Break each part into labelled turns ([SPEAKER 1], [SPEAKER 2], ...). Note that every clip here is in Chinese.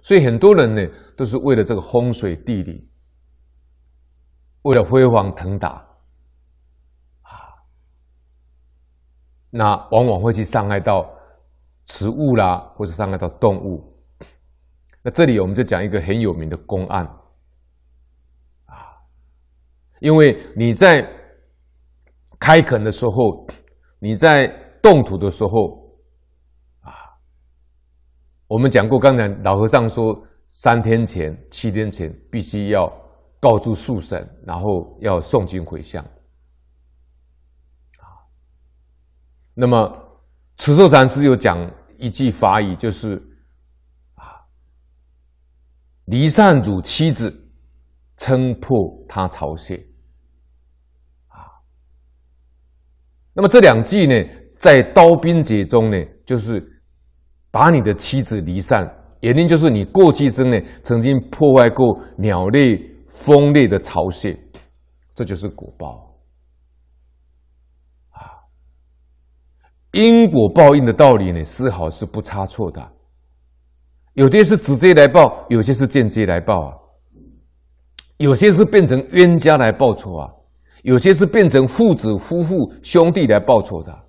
[SPEAKER 1] 所以很多人呢，都是为了这个风水地理，为了飞黄腾达，那往往会去伤害到植物啦，或者伤害到动物。那这里我们就讲一个很有名的公案因为你在开垦的时候，你在动土的时候我们讲过，刚才老和尚说3天前、7天前必须要告诸树神，然后要诵经回向。那么慈寿禅师有讲一句法语，就是离散汝妻子，撑破他巢穴。那么这2句呢，在刀兵劫中呢，就是把你的妻子离散，原因就是你过去生呢曾经破坏过鸟类、蜂类的巢穴，这就是果报因果报应的道理呢，丝毫是不差错的。有些是直接来报，有些是间接来报有些是变成冤家来报仇有些是变成父子、夫妇、兄弟来报仇的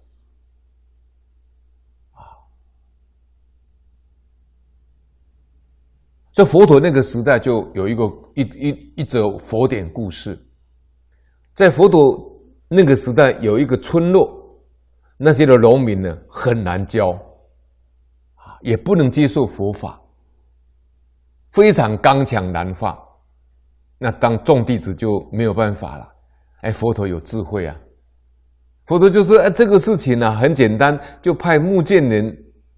[SPEAKER 1] 这佛陀那个时代就有一则佛典故事，在佛陀那个时代有一个村落，那些的农民呢很难教，也不能接受佛法，非常刚强难化。那当众弟子就没有办法了。佛陀有智慧佛陀就说这个事情很简单，就派目犍连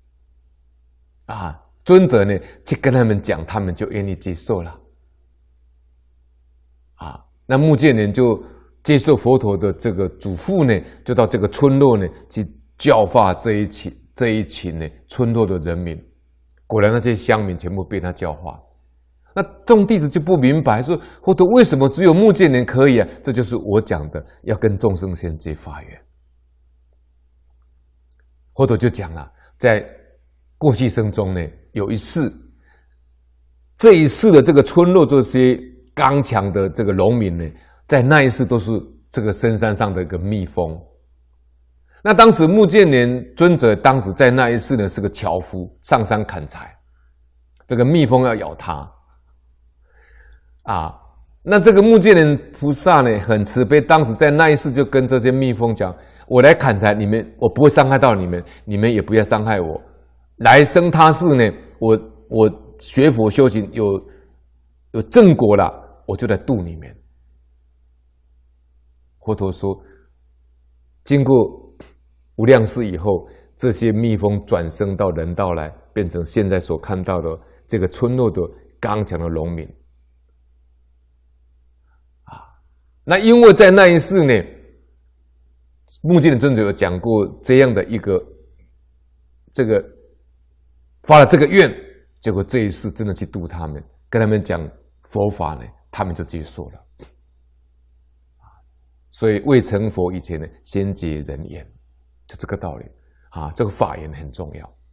[SPEAKER 1] 尊者呢去跟他们讲，他们就愿意接受了那目犍连就接受佛陀的这个嘱咐呢，就到这个村落呢去教化这一群呢村落的人民。果然那些乡民全部被他教化。那众弟子就不明白，说佛陀为什么只有目犍连可以这就是我讲的，要跟众生先结法缘。佛陀就讲了，在过去生中呢，有一世，这一世的这个村落这些刚强的这个农民呢，在那一世都是这个深山上的一个蜜蜂。那当时目犍连尊者当时在那一世呢是个樵夫，上山砍柴，这个蜜蜂要咬他那这个目犍连菩萨呢很慈悲，当时在那一世就跟这些蜜蜂讲，我来砍柴，我不会伤害到你们，你们也不要伤害我。来生他世呢，我学佛修行有正果了，我就来度你们。佛陀说，经过无量世以后，这些蜜蜂转生到人道来，变成现在所看到的这个村落的刚强的农民那因为在那一世呢，目犍连尊者有讲过这样的一个发了这个愿，结果这一世真的去度他们，跟他们讲佛法呢，他们就接受了。所以未成佛以前呢，先结人缘，就这个道理这个法缘很重要。